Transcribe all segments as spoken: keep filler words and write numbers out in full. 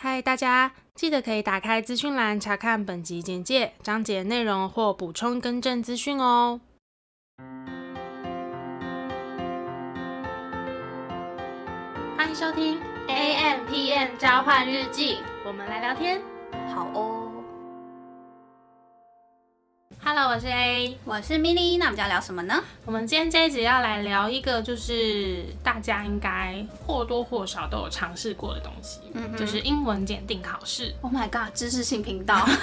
嗨，大家记得可以打开资讯栏查看本集简介、章节内容或补充更正资讯哦。欢迎收听 A M P M 交换日记，我们来聊天。 好哦。 Hello， 我是 A， 我是 Milly。那我们要聊什么呢？ 我们今天这一集要来聊一个，就是大家应该或多或少都有尝试过的东西，嗯、就是英文检定考试。 Oh my god， 知识性频道。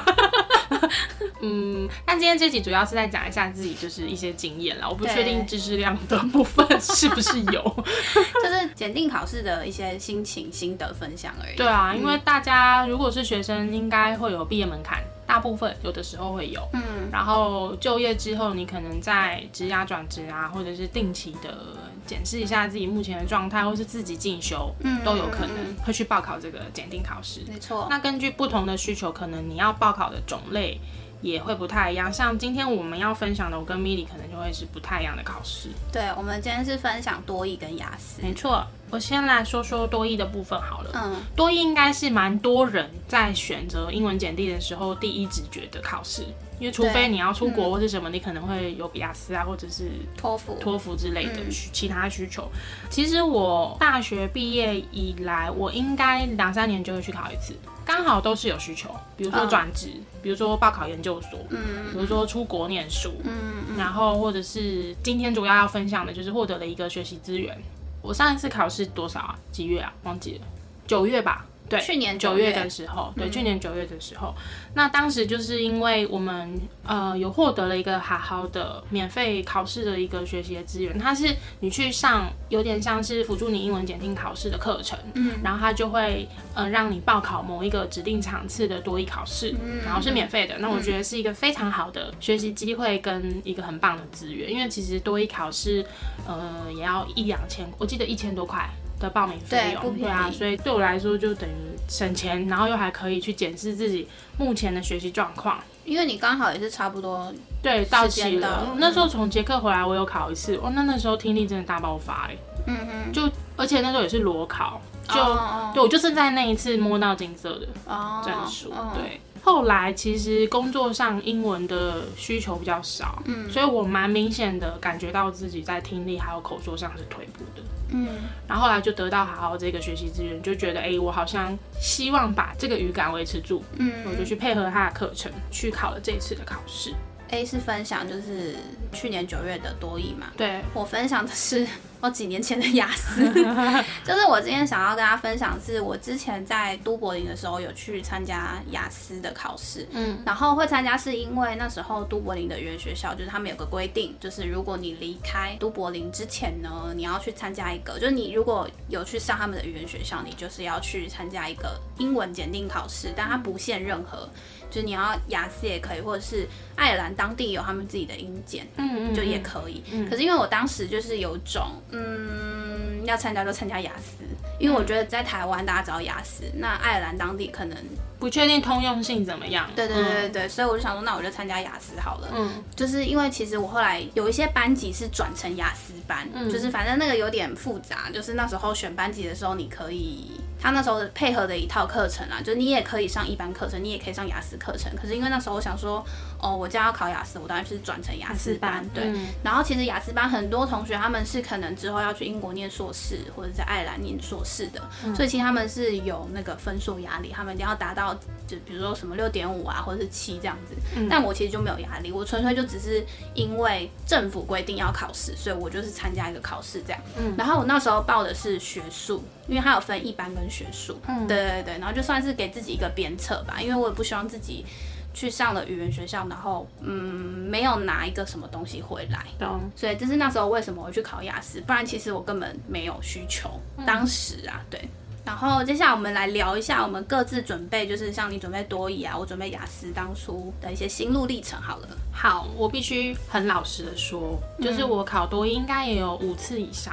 嗯，但今天这集主要是在讲一下自己就是一些经验啦，我不确定知识量的部分是不是有， 就是检定考试的一些心情心得分享而已。 对啊，因为大家如果是学生，应该会有毕业门槛。大部分有的时候会有，嗯，然后就业之后，你可能在职涯转职啊，或者是定期的检视一下自己目前的状态，或是自己进修，嗯，都有可能会去报考这个检定考试。 没错。 那根据不同的需求，可能你要报考的种类也会不太一样。像今天我们要分享的，我跟 Milly 可能就会是不太一样的考试。 对，我们今天是分享多益跟雅思。 没错。我先来说说多益的部分好了。嗯，多益应该是蛮多人在选择英文检定的时候第一直觉的考试，因为除非你要出国或是什么，嗯、你可能会有雅思啊，或者是托福、 托福之类的、嗯、其他需求。其实我大学毕业以来，我应该两三年就会去考一次，刚好都是有需求，比如说转职，嗯、比如说报考研究所，嗯，比如说出国念书，嗯嗯，然后或者是今天主要要分享的就是获得了一个学习资源。我上一次考试多少啊？几月啊？忘记了，九月吧。对， 去年九月的时候，对，嗯、去年九月的时候，那当时就是因为我们呃有获得了一个好好的免费考试的一个学习的资源，它是你去上有点像是辅助你英文检定考试的课程，嗯，然后它就会呃让你报考某一个指定场次的多益考试，嗯，然后是免费的。那我觉得是一个非常好的学习机会跟一个很棒的资源，因为其实多益考试呃也要一两千，我记得一千多块。的报名费用，对啊，所以对我来说就等于省钱，然后又还可以去检视自己目前的学习状况。 因为你刚好也是差不多对到期了，那时候从捷克回来，我有考一次，哦，那那时候听力真的大爆发哎，嗯哼，就而且那时候也是裸考，就、oh. 对我就是在那一次摸到金色的证书， oh. 对。后来其实工作上英文的需求比较少，嗯，所以我蛮明显的感觉到自己在听力还有口说上是退步的，嗯，然后后来就得到好好这个学习资源，就觉得哎、欸，我好像希望把这个语感维持住，嗯，我就去配合他的课程去考了这一次的考试。 A 是分享就是去年九月的多益嘛， 对， 我分享的是我几年前的雅思，就是我今天想要跟大家分享的是我之前在都柏林的时候有去参加雅思的考试，嗯，然后会参加是因为那时候都柏林的语言学校就是他们有个规定，就是如果你离开都柏林之前呢，你要去参加一个，就是你如果有去上他们的语言学校，你就是要去参加一个英文检定考试，但它不限任何。就是你要雅思也可以，或者是爱尔兰当地有他们自己的英检，嗯嗯，就也可以。嗯、可是因为我当时就是有种，嗯，要参加就参加雅思，因为我觉得在台湾大家知道雅思，那爱尔兰当地可能不确定通用性怎么样。 对对对对对，嗯、所以我就想说，那我就参加雅思好了。嗯，就是因为其实我后来有一些班级是转成雅思班，嗯、就是反正那个有点复杂，就是那时候选班级的时候，你可以。他那时候配合的一套课程啊，就是你也可以上一般课程，你也可以上雅思课程。可是因为那时候我想说，哦，我将要考雅思，我当然是转成雅思班，对。嗯、然后其实雅思班很多同学他们是可能之后要去英国念硕士，或者在爱尔兰念硕士的，嗯、所以其实他们是有那个分数压力，他们一定要达到，就比如说什么六点五啊，或者是七这样子。嗯、但我其实就没有压力，我纯粹就只是因为政府规定要考试，所以我就是参加一个考试这样。嗯、然后我那时候报的是学术。因为它有分一般跟学术，嗯，对对对，然后就算是给自己一个鞭策吧，因为我也不希望自己去上了语言学校，然后嗯没有拿一个什么东西回来，懂？所以这是那时候为什么我去考雅思，不然其实我根本没有需求，嗯、当时啊，对。然后接下来我们来聊一下我们各自准备，就是像你准备多益啊，我准备雅思当初的一些心路历程好了。 好，我必须很老实的说，就是我考多益应该也有五次以上。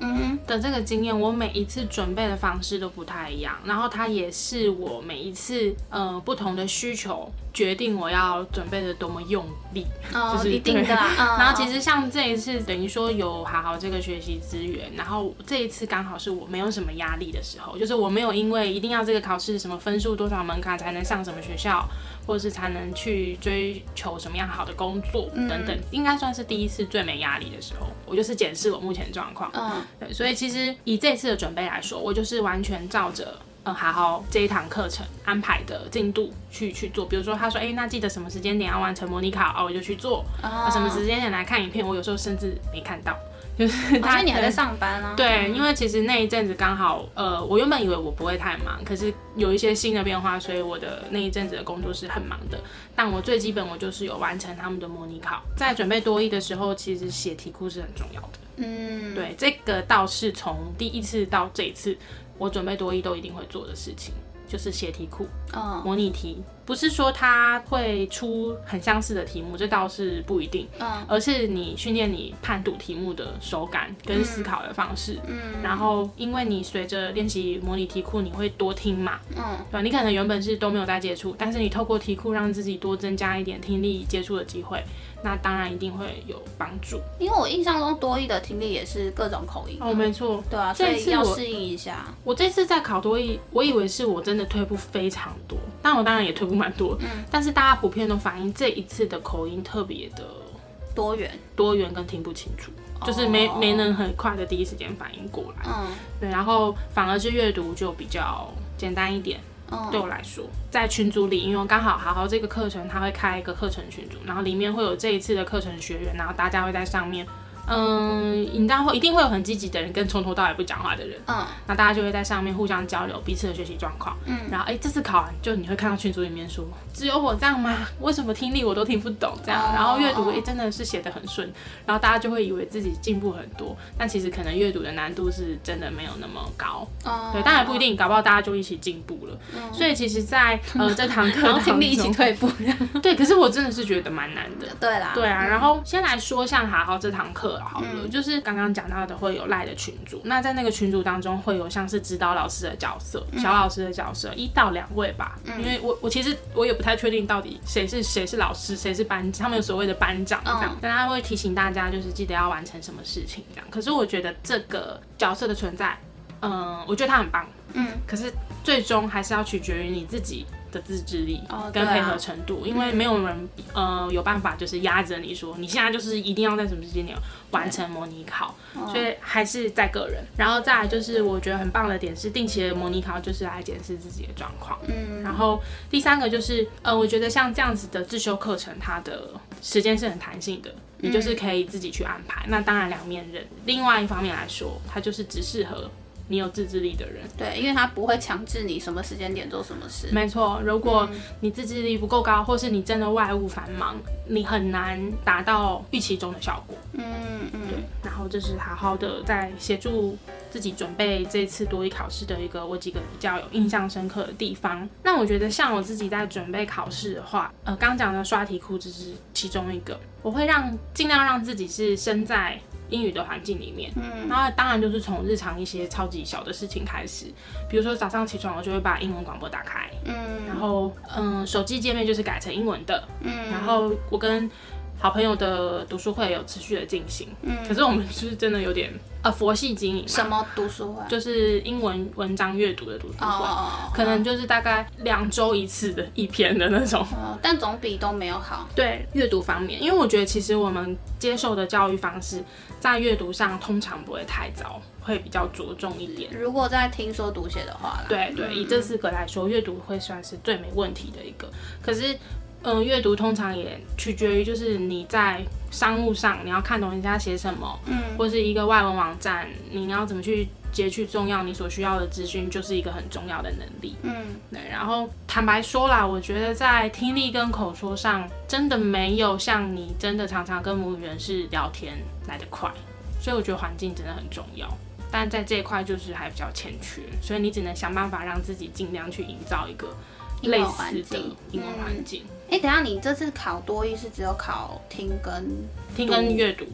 的这个经验，我每一次准备的方式都不太一样，然后它也是我每一次呃不同的需求决定我要准备的多么用力， 哦， 就是一定的、啊。嗯、 然后其实像这一次等于说有好好这个学习资源，然后这一次刚好是我没有什么压力的时候，就是我没有因为一定要这个考试什么分数多少门槛才能上什么学校，或者是才能去追求什么样好的工作等等，嗯、应该算是第一次最没压力的时候。我就是检视我目前状况，嗯，对，所以其实以这次的准备来说，我就是完全照着。呃，好好这一堂课程安排的进度去去做，比如说他说，哎、欸，那记得什么时间点要完成模拟考啊，我就去做。啊，什么时间点来看影片，我有时候甚至没看到，就是他。 因为你还在上班啊。 对，因为其实那一阵子刚好，呃，我原本以为我不会太忙，可是有一些新的变化，所以我的那一阵子的工作是很忙的。但我最基本我就是有完成他们的模拟考，在准备多益的时候，其实写题库是很重要的。嗯，对，这个倒是从第一次到这一次。我准备多益都一定会做的事情，就是写题库、oh. 模拟题，不是说它会出很相似的题目，这倒是不一定， oh. 而是你训练你判读题目的手感跟思考的方式，嗯，然后因为你随着练习模拟题库，你会多听嘛，嗯，对吧？你可能原本是都没有在接触，但是你透过题库让自己多增加一点听力接触的机会。那当然一定会有帮助， 因为我印象中多益的听力也是各种口音哦，没错， 对啊，所以要适应一下。 我这次在考多益，我以为是我真的退步非常多，但我当然也退步蛮多，嗯，但是大家普遍都反映这一次的口音特别的多元， 多元跟听不清楚，就是没没能很快的第一时间反应过来，嗯，对，然后反而是阅读就比较简单一点。对我来说，在群组里，因为刚好好好这个课程，它会开一个课程群组，然后里面会有这一次的课程学员，然后大家会在上面，嗯，你知道会一定会有很积极的人跟从头到尾不讲话的人，嗯，那大家就会在上面互相交流彼此的学习状况，嗯，然后哎、欸，这次考完就你会看到群组里面说，只有我这样吗？为什么听力我都听不懂这样？然后阅读哎、欸、真的是写得很顺，然后大家就会以为自己进步很多，但其实可能阅读的难度是真的没有那么高，哦，对，当然不一定，搞不好大家就一起进步了，嗯，所以其实在，呃这堂课当中， 听力一起退步， 对，可是我真的是觉得蛮难的， 对啦， 对啊，然后先来说像好好这堂课好了，嗯，就是刚刚讲到的会有赖的群组，那在那个群组当中会有像是指导老师的角色，嗯，小老师的角色，一到两位吧，嗯，因为我我其实我也不太确定到底谁是谁是老师，谁是班，他们有所谓的班长这样，嗯，但他会提醒大家就是记得要完成什么事情这样。可是我觉得这个角色的存在，嗯，我觉得他很棒，嗯，可是最终还是要取决于你自己的自制力跟配合程度，哦啊，因为没有人呃有办法就是压着你说你现在就是一定要在什么时间点完成模拟考，所以还是在个人。然后再来就是我觉得很棒的点是定期的模拟考就是来检视自己的状况，嗯，然后第三个就是呃我觉得像这样子的自修课程，它的时间是很弹性的，你就是可以自己去安排。嗯，那当然两面刃，另外一方面来说，它就是只适合你有自制力的人， 对，因为他不会强制你什么时间点做什么事。 没错，如果你自制力不够高，或是你真的外务繁忙，你很难达到预期中的效果。嗯嗯，对。然后这是好好的在协助自己准备这次多益考试的一个我几个比较有印象深刻的地方。那我觉得像我自己在准备考试的话，呃，刚讲的刷题库只是其中一个，我会让尽量让自己是身在英语的环境里面，嗯，然后当然就是从日常一些超级小的事情开始，比如说早上起床我就会把英文广播打开，嗯，然后嗯手机界面就是改成英文的，嗯，然后我跟好朋友的读书会有持续的进行，嗯，可是我们就是真的有点呃佛系经营， 什么读书会？ 就是英文文章阅读的读书会，哦，可能就是大概两周一次的一篇的那种， 哦，但总比都没有好。 对阅读方面，因为我觉得其实我们接受的教育方式在阅读上通常不会太糟，会比较着重一点。 如果在听说读写的话啦， 对对，以这四个来说，阅读会算是最没问题的一个。可是嗯，阅读通常也取决于，就是你在商务上你要看懂人家写什么，嗯，或是一个外文网站，你要怎么去截取重要你所需要的资讯，就是一个很重要的能力，嗯，对。然后坦白说啦，我觉得在听力跟口说上，真的没有像你真的常常跟母语人士聊天来得快，所以我觉得环境真的很重要。但在这一块就是还比较欠缺，所以你只能想办法让自己尽量去营造一个类似的英文环境。 哎、嗯，等一下，你这次考多益是只有考听跟听跟阅读，对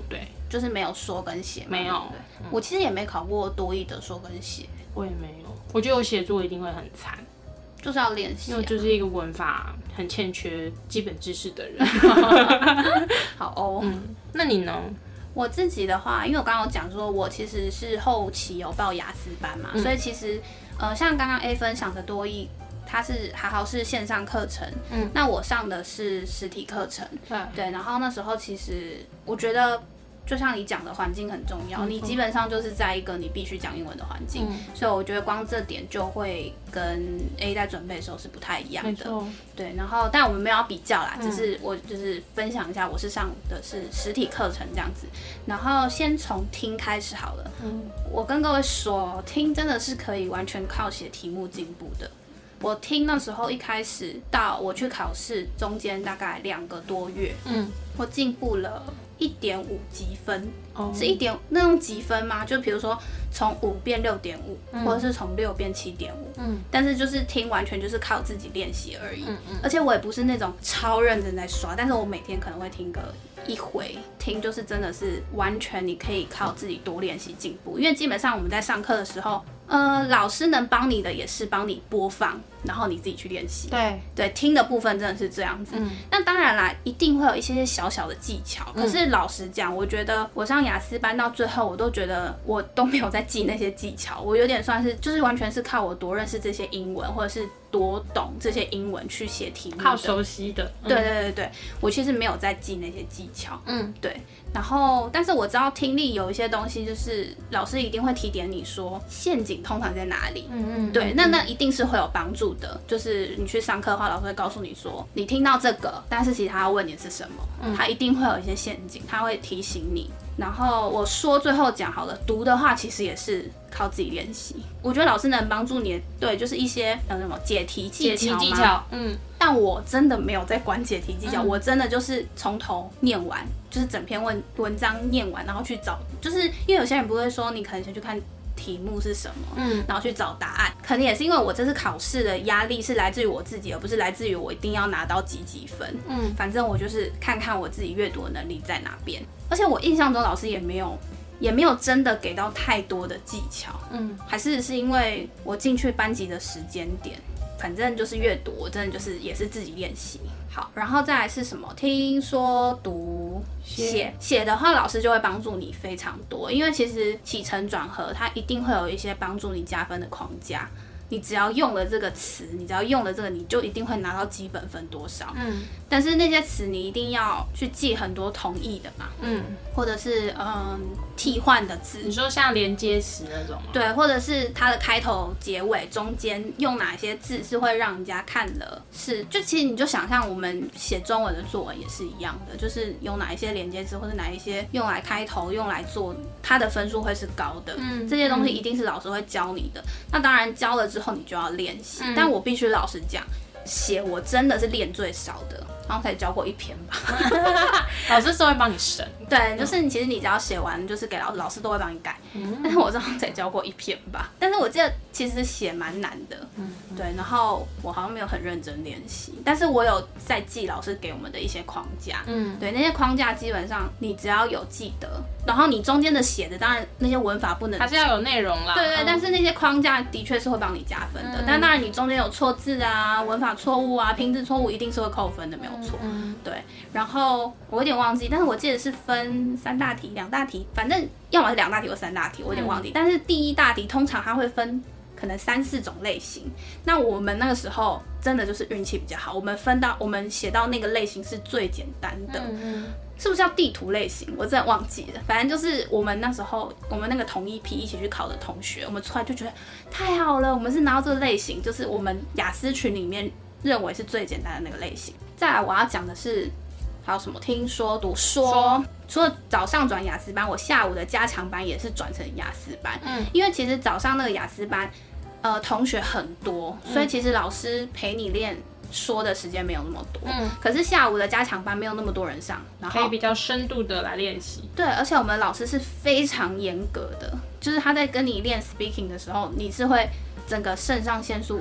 就是没有说跟写， 没有。 嗯、我其实也没考过多益的说跟写， 我也没有。我觉得我写作一定会很惨， 就是要练习、啊， 因为我就是一个文法很欠缺基本知识的人。 好哦， 嗯，那你呢？ 我自己的话，因为我刚刚有讲说，我其实是后期有报雅思班嘛，嗯、所以其实呃，像刚刚 A 分享的多益。它是还好是线上课程，嗯，那我上的是实体课程，对对，然后那时候其实我觉得，就像你讲的环境很重要，嗯、你基本上就是在一个你必须讲英文的环境，嗯、所以我觉得光这点就会跟 A 在准备的时候是不太一样的，对，然后但我们没有要比较啦，嗯、只是我就是分享一下，我是上的是实体课程这样子，然后先从听开始好了，嗯，我跟各位说，听真的是可以完全靠写题目进步的。我听那时候一开始到我去考试中间大概两个多月，嗯，我进步了一点五积分，哦、是一点那种积分吗？就比如说从五变六点五，或者是从六变七点五，嗯，但是就是听完全就是靠自己练习而已，嗯嗯，而且我也不是那种超认真在刷，但是我每天可能会听个一回，听就是真的是完全你可以靠自己多练习进步，因为基本上我们在上课的时候。呃，老师能帮你的也是帮你播放，然后你自己去练习。对对，听的部分真的是这样子。嗯，那当然啦，一定会有一些小小的技巧。嗯、可是老实讲，我觉得我上雅思班到最后，我都觉得我都没有在记那些技巧，我有点算是就是完全是靠我多认识这些英文，或者是多懂这些英文去写题目的， 靠熟悉的。 嗯、对对对对，我其实没有在记那些技巧。嗯，对。然后，但是我知道听力有一些东西，就是老师一定会提点你说陷阱通常在哪里。嗯嗯，对，那那一定是会有帮助的。就是你去上课的话，老师会告诉你说，你听到这个，但是其实他要问你是什么，嗯、他一定会有一些陷阱，他会提醒你。然后我说最后讲好了，读的话其实也是靠自己练习。我觉得老师能帮助你，对，就是一些呃什么解题技巧嘛，解题技巧，嗯。但我真的没有在管解题技巧，嗯、我真的就是从头念完，就是整篇文文章念完，然后去找，就是因为有些人不会说，你可能先去看题目是什么，嗯，然后去找答案，可能也是因为我这次考试的压力是来自于我自己，而不是来自于我一定要拿到几几分，嗯，反正我就是看看我自己阅读的能力在哪边，而且我印象中老师也没有。也没有真的给到太多的技巧，嗯，还是是因为我进去班级的时间点，反正就是阅读，我真的就是也是自己练习。好，然后再来是什么？听说读写写的话，老师就会帮助你非常多，因为其实起承转合它一定会有一些帮助你加分的框架。你只要用了这个词，你只要用了这个，你就一定会拿到基本分多少。嗯，但是那些词你一定要去记很多同义的嘛。嗯，或者是嗯替换的字。 你说像连接词那种吗？ 对，或者是它的开头、结尾、中间用哪些字是会让人家看了是，就其实你就想象我们写中文的作文也是一样的，就是有哪一些连接词或者哪一些用来开头、用来做，它的分数会是高的。嗯，这些东西一定是老师会教你的。那当然教了之后。之后你就要练习，嗯、但我必须老实讲，写我真的是练最少的，然后才教过一篇吧。 老师是会帮你审， 对，就是你其实你只要写完，就是给老师，老师都会帮你改。嗯、但是我这样才教过一篇吧，但是我记得其实写蛮难的，嗯、对，然后我好像没有很认真练习，但是我有在记老师给我们的一些框架，嗯，对，那些框架基本上你只要有记得，然后你中间的写的，当然那些文法不能， 还是要有内容啦， 对 对, 对、嗯，但是那些框架的确是会帮你加分的，嗯、但当然你中间有错字啊、文法错误啊、拼字错误，一定是会扣分的，没有错，嗯，对，然后我有点忘记，但是我记得是分三大题、两大题，反正要么是两大题或三大题，我有点忘记，嗯、但是第一大题通常它会分可能三四种类型，那我们那个时候真的就是运气比较好，我们分到我们写到那个类型是最简单的，嗯嗯，是不是叫地图类型？我真的忘记了，反正就是我们那时候我们那个同一批一起去考的同学，我们出来就觉得太好了，我们是拿到这个类型，就是我们雅思群里面认为是最简单的那个类型。再来我要讲的是还有什么？听说读说，说除了早上转雅思班，我下午的加强班也是转成雅思班。嗯，因为其实早上那个雅思班，呃，同学很多，所以其实老师陪你练说的时间没有那么多。嗯，可是下午的加强班没有那么多人上，然后可以比较深度的来练习。 对，而且我们老师是非常严格的，就是他在跟你练 speaking 的时候，你是会整个肾上腺素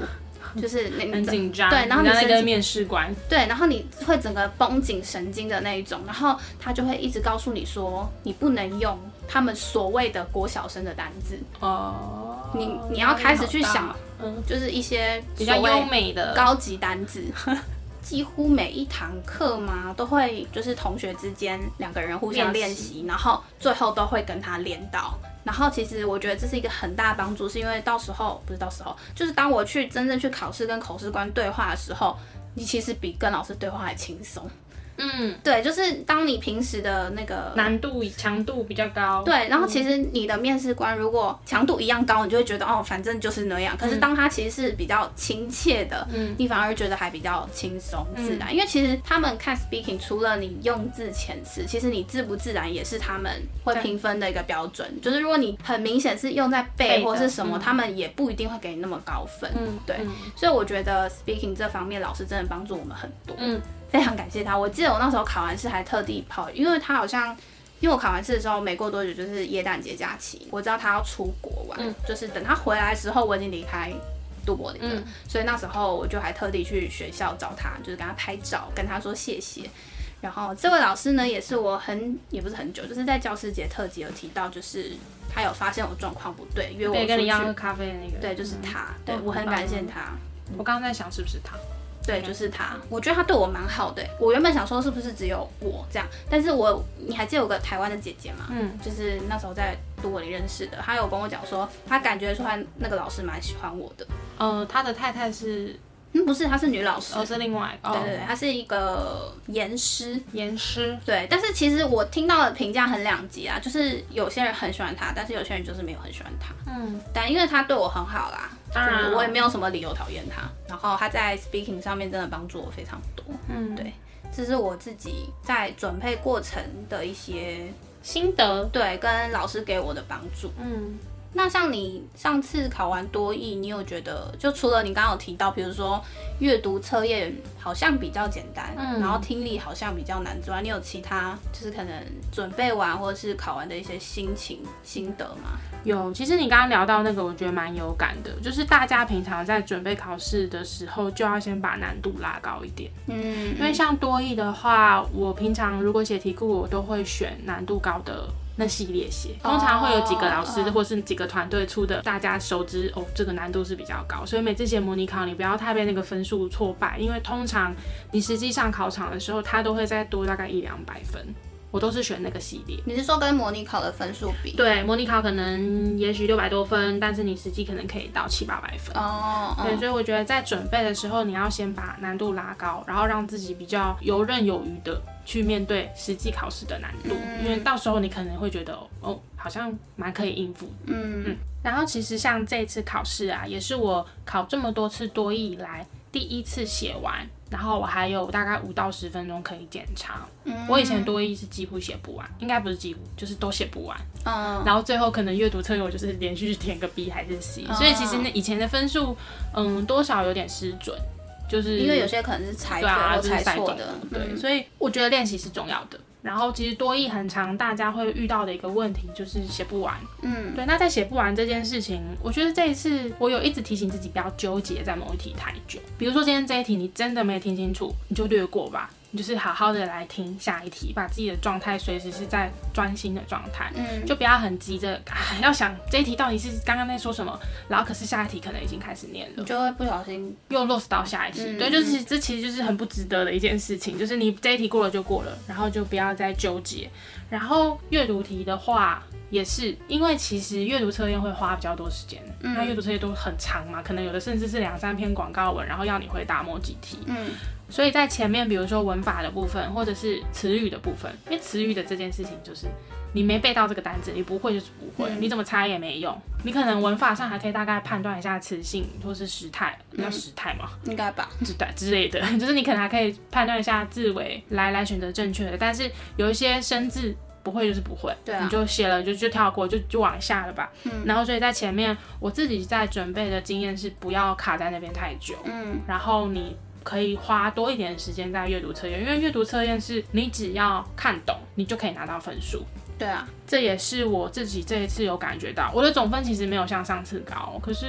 就是很紧张， 对，然后你那个面试官， 对，然后你会整个绷紧神经的那一种，然后他就会一直告诉你说，你不能用他们所谓的国小生的单字哦，你你要开始去想，嗯，就是一些比较优美的高级单字。几乎每一堂课嘛，都会就是同学之间两个人互相练习，然后最后都会跟他练到。然后其实我觉得这是一个很大的帮助，是因为到时候不是到时候，就是当我去真正去考试跟口试官对话的时候，你其实比跟老师对话还轻松。嗯，对，就是当你平时的那个难度强度比较高， 对，然后其实你的面试官如果强度一样高，你就会觉得哦，反正就是那样。可是当他其实是比较亲切的，嗯，你反而觉得还比较轻松自然，嗯，因为其实他们看 speaking 除了你用字遣词，其实你自不自然也是他们会评分的一个标准。就是如果你很明显是用在背或是什么，嗯，他们也不一定会给你那么高分。嗯，对，嗯，所以我觉得 speaking 这方面老师真的帮助我们很多。嗯。非常感谢他，我记得我那时候考完试还特地跑，因为他好像，因为我考完试的时候没过多久就是耶诞节假期，我知道他要出国玩，嗯，就是等他回来的时候我已经离开杜柏林了，嗯，所以那时候我就还特地去学校找他，就是跟他拍照，跟他说谢谢。然后这位老师呢，也是我很也不是很久，就是在教师节特辑有提到，就是他有发现我状况不对，约我出去跟你要喝咖啡的那个， 对，就是他，嗯，对，我很感谢他。 我刚刚在想是不是他。 对，就是他，我觉得他对我蛮好的。我原本想说是不是只有我这样，但是我你还记得有个台湾的姐姐嘛？嗯，就是那时候在杜柏林认识的，她有跟我讲说，她感觉出来那个老师蛮喜欢我的。 呃，他的太太是， 嗯，不是，她是女老师， 哦，是另外， 对对对，她是一个研师， 研师， 对。但是其实我听到的评价很两极啊，就是有些人很喜欢她，但是有些人就是没有很喜欢她。嗯，但因为她对我很好啦。当然，我也没有什么理由讨厌他。然后他在 speaking 上面真的帮助我非常多。嗯，对，这是我自己在准备过程的一些心得， 对，跟老师给我的帮助。嗯，那像你上次考完多益，你有觉得就除了你刚刚有提到，比如说阅读测验好像比较简单，嗯，然后听力好像比较难之外，你有其他就是可能准备完或者是考完的一些心情心得吗？ 有，其实你刚刚聊到那个，我觉得蛮有感的，就是大家平常在准备考试的时候，就要先把难度拉高一点。嗯，因为像多益的话，我平常如果写题库，我都会选难度高的那系列写，通常会有几个老师或是几个团队出的，大家熟知哦，这个难度是比较高，所以每次写模拟考，你不要太被那个分数挫败，因为通常你实际上考场的时候，它都会再多大概一两百分。我都是选那个系列。 你是说跟模拟考的分数比？ 对，模拟考可能也许六百多分，但是你实际可能可以到七八百分。哦，对，所以我觉得在准备的时候，你要先把难度拉高，然后让自己比较游刃有余的去面对实际考试的难度，嗯，因为到时候你可能会觉得哦，好像蛮可以应付。嗯嗯。然后其实像这次考试啊，也是我考这么多次多益以来第一次写完。然后我还有大概五到十分钟可以检查。嗯，我以前多益是几乎写不完，应该不是几乎，就是都写不完。嗯，然后最后可能阅读测验我就是连续填个 B 还是 C，嗯，所以其实那以前的分数，嗯，多少有点失准，就是因为有些可能是猜对或猜错的。 对，所以我觉得练习是重要的。然后其实多益很常大家会遇到的一个问题就是写不完，嗯，对。那在写不完这件事情，我觉得这一次我有一直提醒自己不要纠结在某一题太久。比如说今天这一题你真的没听清楚，你就略过吧，你就是好好的来听下一题，把自己的状态随时是在专心的状态，嗯，就不要很急着要想这一题到底是刚刚在说什么，然后可是下一题可能已经开始念了， 你就会不小心又 lost 到下一题。嗯，对，就是这其实就是很不值得的一件事情，就是你这一题过了就过了，然后就不要再纠结。然后阅读题的话也是，因为其实阅读测验会花比较多时间，嗯，那阅读测验都很长嘛，可能有的甚至是两三篇广告文，然后要你回答某几题，嗯，所以在前面比如说文法的部分或者是词语的部分，因为词语的这件事情就是你没背到这个单字，你不会就是不会，嗯，你怎么猜也没用。你可能文法上还可以大概判断一下词性或是时态，叫时态吗？ 应该吧， 之之类的，就是你可能还可以判断一下字尾来来选择正确的，但是有一些生字不会就是不会，对啊，你就写了就就跳过，就就往下了吧。嗯，然后所以在前面我自己在准备的经验是不要卡在那边太久，嗯，然后你可以花多一点的时间在阅读测验，因为阅读测验是你只要看懂，你就可以拿到分数。 对啊， 这也是我自己这一次有感觉到，我的总分其实没有像上次高，可是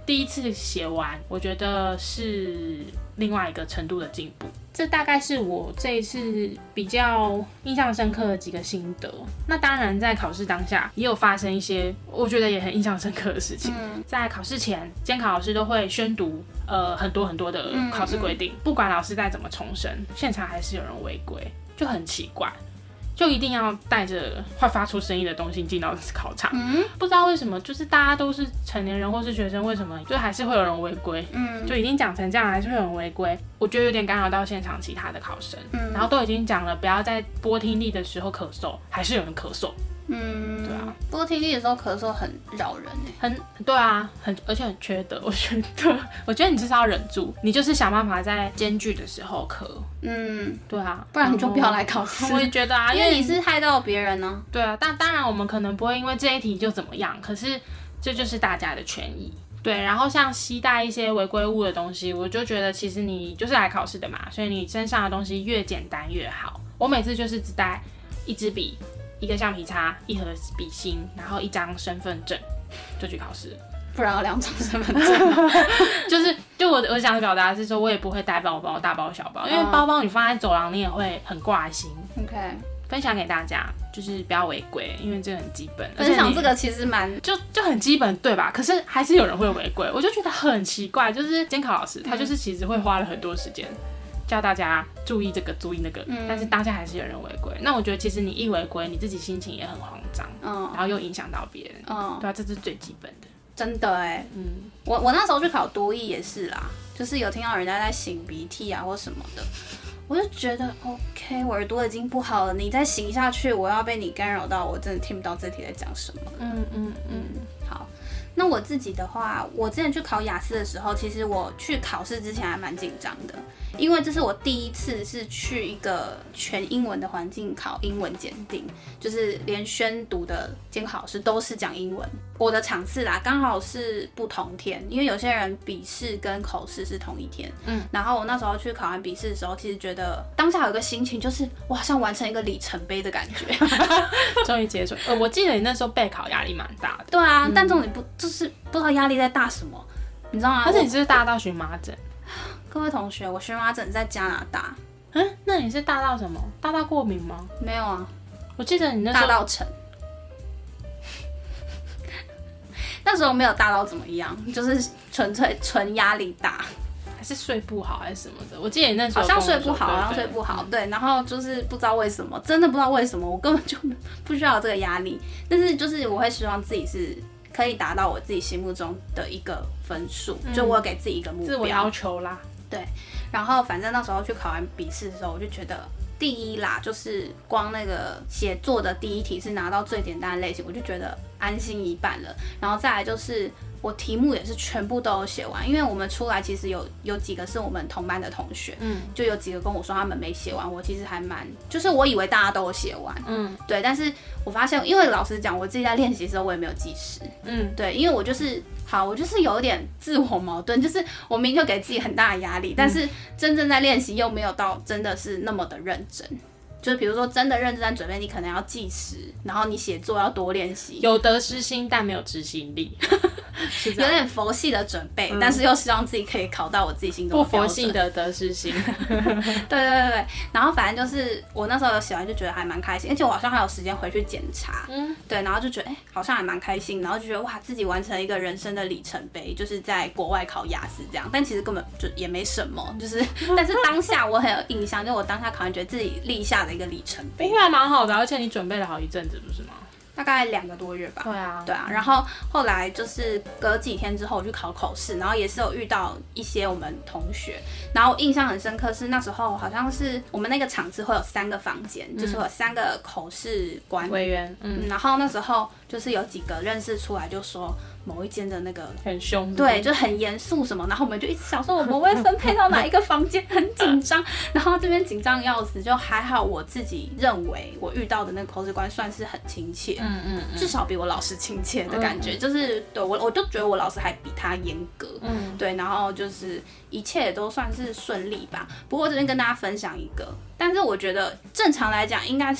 第一次写完，我觉得是另外一个程度的进步。这大概是我这一次比较印象深刻的几个心得。那当然，在考试当下也有发生一些我觉得也很印象深刻的事情。嗯、在考试前，监考老师都会宣读呃很多很多的考试规定，嗯嗯不管老师再怎么重申，现场还是有人违规，就很奇怪。就一定要带着会发出声音的东西进到考场，嗯，不知道为什么，就是大家都是成年人或是学生，为什么就还是会有人违规？嗯，就已经讲成这样，还是会有人违规，我觉得有点干扰到现场其他的考生。嗯，然后都已经讲了，不要在播听力的时候咳嗽，还是有人咳嗽。嗯，对啊， 播听力的时候咳嗽很扰人哎， 很对啊，很而且很缺德，我觉得，我觉得你至少要忍住，你就是想办法在监具的时候咳。嗯，对啊， 不然你就不要来考试。 我也觉得啊， 因为你是害到别人呢、啊。 对啊，但当然我们可能不会因为这一题就怎么样，可是这就是大家的权益。对，然后像携带一些违规物的东西，我就觉得其实你就是来考试的嘛，所以你身上的东西越简单越好。我每次就是只带一支笔、一个橡皮擦、一盒笔芯，然后一张身份证就去考试。 不然有两张身份证， 就是就我我想表达的是说，我也不会带包包、大包小包，因为包包你放在走廊你也会很挂心。 OK， 分享给大家，就是不要违规，因为这个很基本。 分享这个其实蛮就就很基本，对吧？可是还是有人会违规，我就觉得很奇怪。就是监考老师他就是其实会花了很多时间教大家注意这个注意那个，嗯、但是当下还是有人违规。那我觉得其实你一违规，你自己心情也很慌张，嗯、然后又影响到别人，嗯、对啊，这是最基本的。 真的哎，嗯，我我那时候去考多益也是啦，就是有听到人家在擤鼻涕啊或什么的，我就觉得 OK， 我耳朵已经不好了，你再擤下去，我要被你干扰到，我真的听不到这题在讲什么。嗯嗯嗯，好。那我自己的话，我之前去考雅思的时候，其实我去考试之前还蛮紧张的，因为这是我第一次是去一个全英文的环境考英文检定，就是连宣读的监考老师都是讲英文。我的场次啦，刚好是不同天，因为有些人笔试跟口试是同一天。嗯，然后我那时候去考完笔试的时候，其实觉得当下有一个心情，就是我好像完成一个里程碑的感觉， 终于结束。呃，我记得你那时候备考压力蛮大的。 对啊，嗯、但重点不就是不知道压力在大什么，你知道吗？ 而且你是不是大到荨麻疹？ 各位同学，我荨麻疹在加拿大。 嗯，那你是大到什么？大到过敏吗？ 没有啊， 我记得你那时候大到疹。那时候没有大到怎么样，就是纯粹纯压力大， 还是睡不好还是什么的。我记得你那时候好像睡不好，好像睡不好，对。然后就是不知道为什么，真的不知道为什么，我根本就不需要有这个压力。但是就是我会希望自己是可以达到我自己心目中的一个分数，嗯、就我给自己一个目标， 自我要求啦。 对。然后反正那时候去考完笔试的时候，我就觉得。第一啦，就是光那个写作的第一题是拿到最简单的类型，我就觉得安心一半了。然后再来就是我题目也是全部都有写完，因为我们出来其实有有几个是我们同班的同学，嗯，就有几个跟我说他们没写完，我其实还蛮，就是我以为大家都有写完，嗯，对，但是我发现，因为老实讲，我自己在练习的时候我也没有计时，嗯，对，因为我就是好，我就是有点自我矛盾，就是我明明就给自己很大的压力，但是真正在练习又没有到真的是那么的认真。就是比如说真的认真在准备，你可能要计时，然后你写作要多练习， 有得失心但没有执行力， 有点佛系的准备，嗯、但是又希望自己可以考到我自己心中的标准。 不佛系的得失心。 对对对对，然后反正就是我那时候有写完就觉得还蛮开心，而且我好像还有时间回去检查，嗯，对，然后就觉得哎、欸、好像还蛮开心，然后就觉得哇自己完成一个人生的里程碑，就是在国外考雅思这样，但其实根本就也没什么，就是但是当下我很有印象，就我当下考完觉得自己立下的一个里程碑， 不会还蛮好的，而且你准备了好一阵子，不是吗？ 大概两个多月吧。 对啊， 对啊。然后后来就是隔几天之后，我去考口试，然后也是有遇到一些我们同学，然后印象很深刻是那时候好像是我们那个场次会有三个房间，嗯、就是会有三个口试官委员，嗯， 然后那时候就是有几个认识出来就说。某一间的那个很凶， 对，就很严肃什么，然后我们就一直想说我们会分配到哪一个房间，很紧张，然后这边紧张要死，就还好我自己认为我遇到的那个口试官算是很亲切，嗯嗯嗯，至少比我老师亲切的感觉，嗯、就是对我我就觉得我老师还比他严格，嗯，对，然后就是一切也都算是顺利吧。不过这边跟大家分享一个，但是我觉得正常来讲应该是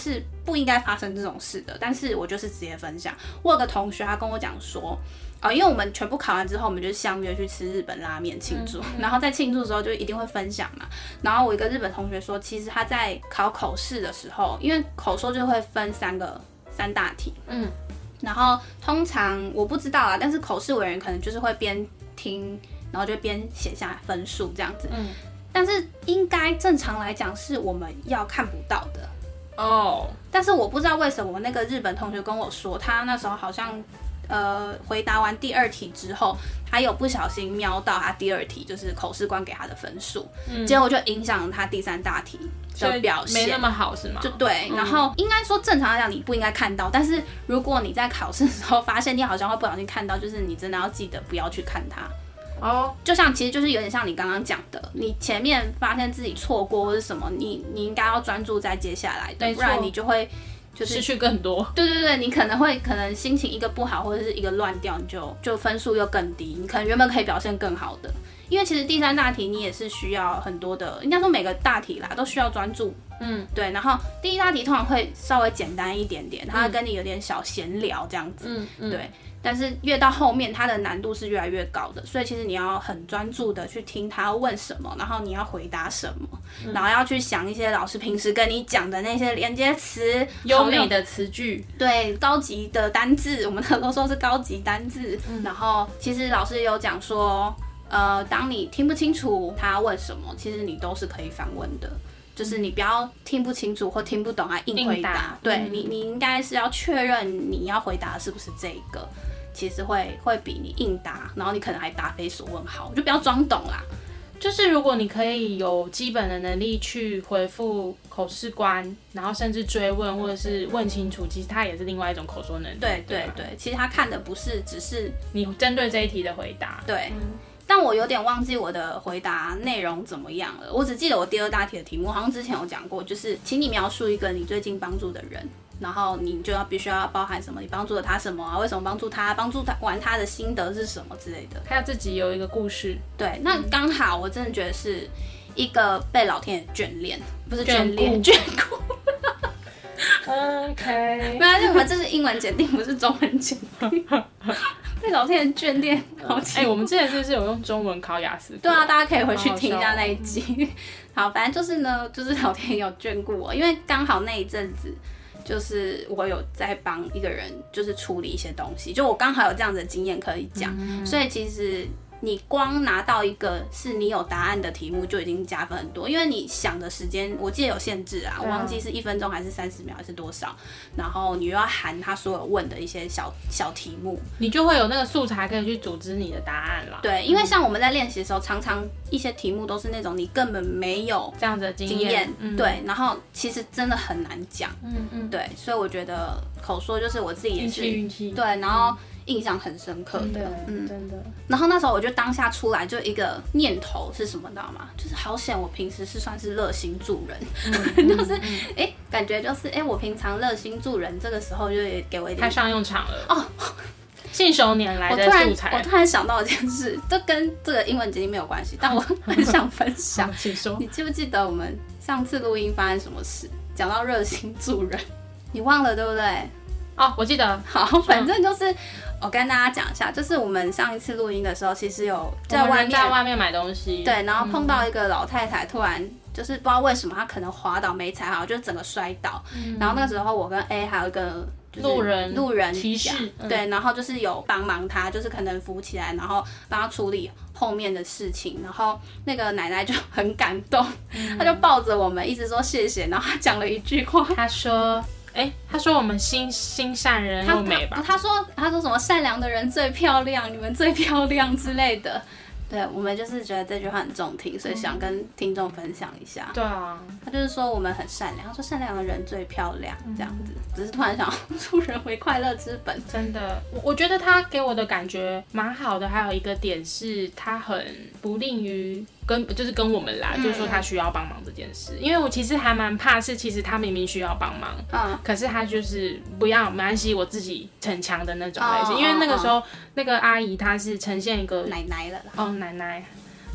不应该发生这种事的，但是我就是直接分享。我有个同学他跟我讲说，呃，因为我们全部考完之后，我们就相约去吃日本拉面庆祝，嗯嗯、然后在庆祝的时候就一定会分享嘛。然后我一个日本同学说，其实他在考口试的时候，因为口说就会分三个三大题，嗯，然后通常我不知道啦，但是口试委员可能就是会边听，然后就边写下分数这样子，嗯，但是应该正常来讲是我们要看不到的哦。但是我不知道为什么我那个日本同学跟我说，他那时候好像。呃，回答完第二题之后，他有不小心瞄到他第二题就是口试官给他的分数，嗯、结果就影响了他第三大题的表现， 没那么好是吗？ 就对，嗯、然后应该说正常来讲你不应该看到，但是如果你在考试的时候发现你好像会不小心看到，就是你真的要记得不要去看它。哦，就像其实就是有点像你刚刚讲的，你前面发现自己错过或是什么，你你应该要专注在接下来的，不然你就会。 就是失去更多， 对对对，你可能会可能心情一个不好或者是一个乱掉，你就就分数又更低，你可能原本可以表现更好的，因为其实第三大题你也是需要很多的，应该说每个大题啦都需要专注，嗯，对，然后第一大题通常会稍微简单一点点，它会跟你有点小闲聊这样子，嗯嗯，对。但是越到后面，它的难度是越来越高的，所以其实你要很专注的去听他问什么，然后你要回答什么，嗯、然后要去想一些老师平时跟你讲的那些连接词、 优美的词句， 对，高级的单字，我们都说是高级单字。嗯、然后其实老师有讲说，呃，当你听不清楚他问什么，其实你都是可以反问的。就是你不要听不清楚或听不懂还硬回答，答对、嗯、你，你应该是要确认你要回答的是不是这个，其实会会比你硬答，然后你可能还答非所问好，就不要装懂啦。 就是如果你可以有基本的能力去回复口试官，然后甚至追问或者是问清楚，其实它也是另外一种口说能力。 对对 对, 对，其实他看的不是只是你针对这一题的回答。 对。嗯，但我有点忘记我的回答内容怎么样了，我只记得我第二大题的题目好像之前有讲过，就是请你描述一个你最近帮助的人，然后你就要必须要包含什么，你帮助了他什么啊？为什么帮助他？帮助他完他的心得是什么之类的？ 他要自己有一个故事。 对，那刚好我真的觉得是一个被老天爷眷恋，不是眷恋，眷顾。OK， 没关系，我们这是英文检定，不是中文检定。被老天爷眷恋，好奇。 哎、欸，我们之前是不是有用中文考雅思？ 对啊，大家可以回去听一下那一集。好，反正就是呢，就是老天爷有眷顾我，因为刚好那一阵子。就是我有在帮一个人，就是处理一些东西，就我刚好有这样子的经验可以讲，嗯、所以其实你光拿到一个是你有答案的题目就已经加分很多，因为你想的时间我记得有限制啊，我忘记是一分钟还是三十秒还是多少，然后你又要含他所有问的一些小小题目， 你就会有那个素材可以去组织你的答案啦。 对，因为像我们在练习的时候，常常一些题目都是那种你根本没有这样子的经验， 嗯、对，然后其实真的很难讲，嗯嗯，对，所以我觉得口说就是我自己也是运气， 对，然后。印象很深刻的， 嗯，真的。 然后那时候我就当下出来就一个念头是什么，你知道吗？就是好险，我平时是算是热心助人，嗯、就是哎、欸，感觉就是哎、欸，我平常热心助人，这个时候就也给我一点派上用场了哦。信手拈来的素材。 我突然，我突然想到一件事，这跟这个英文检定没有关系，但我很想分享。 请说。 你记不记得我们上次录音发生什么事？讲到热心助人，你忘了对不对？ 哦，我记得。 好，反正就是。嗯我跟大家讲一下，就是我们上一次录音的时候，其实有在外面在外面买东西， 对，然后碰到一个老太太，突然就是不知道为什么她可能滑倒没踩好，就整个摔倒。嗯、然后那个时候我跟 A 还有一个路人路人提示， 嗯、对，然后就是有帮忙她，就是可能扶起来，然后帮她处理后面的事情。然后那个奶奶就很感动，嗯、她就抱着我们一直说谢谢，然后她讲了一句话， 她说。哎、欸，他说我们心心善人又美吧？ 他, 他, 他说他说什么善良的人最漂亮，你们最漂亮之类的。对，我们就是觉得这句话很中听，所以想跟听众分享一下。 对啊， 他就是说我们很善良，他说善良的人最漂亮，这样子。嗯、只是突然想助人为快乐之本。 真的，我我觉得他给我的感觉蛮好的。还有一个点是，他很不吝于跟就是跟我们啦，嗯、就是说他需要帮忙这件事。因为我其实还蛮怕是，其实他明明需要帮忙，嗯，可是他就是不要，没关系，我自己逞强的那种类型。哦、因为那个时候、哦、那个阿姨她是呈现一个奶奶了啦， 哦，奶奶。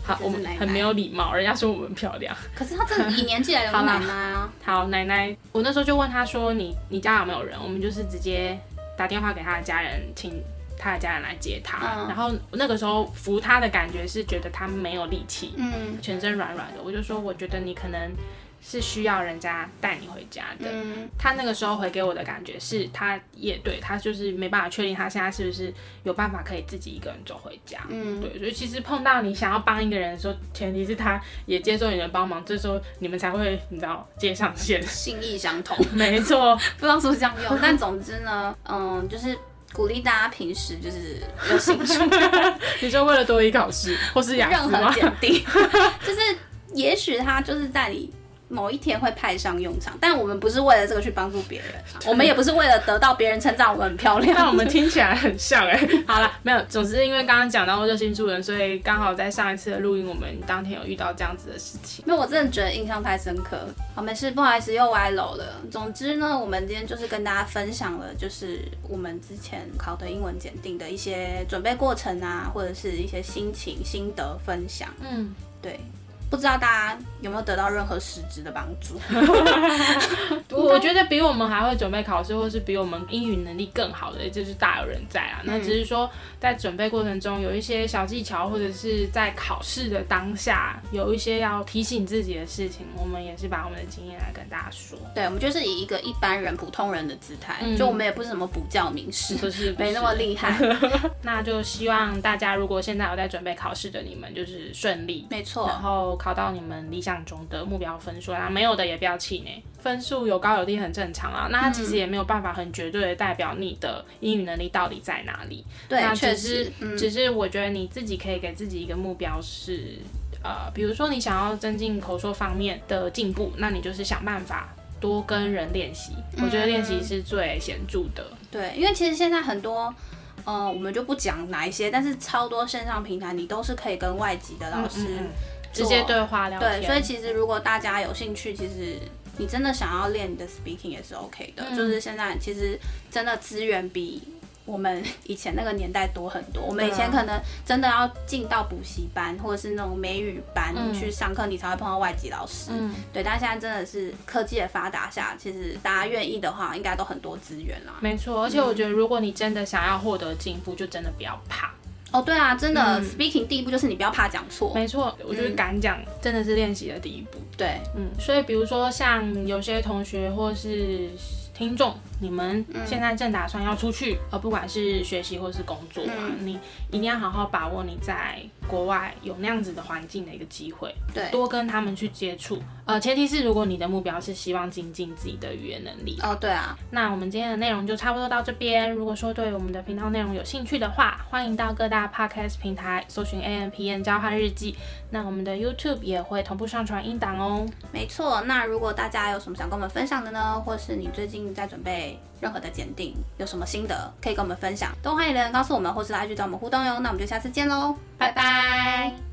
好，我们很没有礼貌，人家说我们漂亮， 可是她真的以年纪来讲奶奶啊。 好，奶奶，我那时候就问她说你你家有没有人？我们就是直接打电话给她的家人，请她的家人来接她。嗯、然后那个时候扶她的感觉是觉得她没有力气，嗯，全身软软的。我就说我觉得你可能是需要人家带你回家的。嗯、他那个时候回给我的感觉是，他也对他就是没办法确定他现在是不是有办法可以自己一个人走回家。嗯，对，所以其实碰到你想要帮一个人的时候，前提是他也接受你的帮忙，这时候你们才会你知道接上线， 心意相通。 没错， 不知道是不是这样用，但总之呢，嗯，就是鼓励大家平时就是有兴趣， 你说为了多益考试或是雅思吗？ 任何检定，就是也许他就是在你某一天会派上用场，但我们不是为了这个去帮助别人，我们也不是为了得到别人称赞我们很漂亮。 但我们听起来很像哎、欸。好了，没有，总之因为刚刚讲到热心助人，所以刚好在上一次的录音，我们当天有遇到这样子的事情。 因为我真的觉得印象太深刻。好，没事，不好意思又歪楼了。总之呢，我们今天就是跟大家分享了，就是我们之前考的英文检定的一些准备过程啊，或者是一些心情心得分享。嗯，对。不知道大家有没有得到任何实质的帮助？ 我觉得比我们还会准备考试，或是比我们英语能力更好的，就是大有人在啊。那只是说在准备过程中有一些小技巧，或者是在考试的当下有一些要提醒自己的事情，我们也是把我们的经验来跟大家说。 对，我们就是以一个一般人、普通人的姿态，嗯、就我们也不是什么补教名师， 不是没那么厉害。 那就希望大家如果现在有在准备考试的你们，就是顺利， 没错， 然后考到你们理想中的目标分数啦，没有的也不要气馁，分数有高有低很正常啊。那它其实也没有办法很绝对的代表你的英语能力到底在哪里。 对， 那只是、 嗯、只是我觉得你自己可以给自己一个目标是，呃，比如说你想要增进口说方面的进步，那你就是想办法多跟人练习。嗯、我觉得练习是最显著的。 对，因为其实现在很多。呃，我们就不讲哪一些，但是超多线上平台，你都是可以跟外籍的老师、嗯嗯嗯、 直接对话聊天。 对，所以其实如果大家有兴趣，其实你真的想要练你的 speaking 也是 OK 的。嗯、就是现在其实真的资源比我们以前那个年代多很多。我们以前可能真的要进到补习班或者是那种美语班、嗯、去上课，你才会碰到外籍老师。嗯，对。但现在真的是科技的发达下，其实大家愿意的话，应该都很多资源啦。 没错，而且我觉得如果你真的想要获得进步，就真的不要怕。 哦，对啊，真的、嗯、，speaking 第一步就是你不要怕讲错。 没错，我觉得敢讲真的是练习的第一步。 对， 嗯，所以比如说像有些同学或是听众，你们现在正打算要出去，呃、嗯，不管是学习或是工作啊，嗯、你一定要好好把握你在国外有那样子的环境的一个机会， 对， 多跟他们去接触。呃，前提是如果你的目标是希望精进自己的语言能力。 哦，对啊。 那我们今天的内容就差不多到这边。如果说对我们的频道内容有兴趣的话，欢迎到各大 podcast 平台搜寻 A M P N 交换日记。那我们的 YouTube 也会同步上传音档哦。 没错。那如果大家有什么想跟我们分享的呢，或是你最近在准备任何的检定，有什么心得可以跟我们分享，都欢迎留言告诉我们，或是来去找我们互动哟。那我们就下次见喽，拜拜。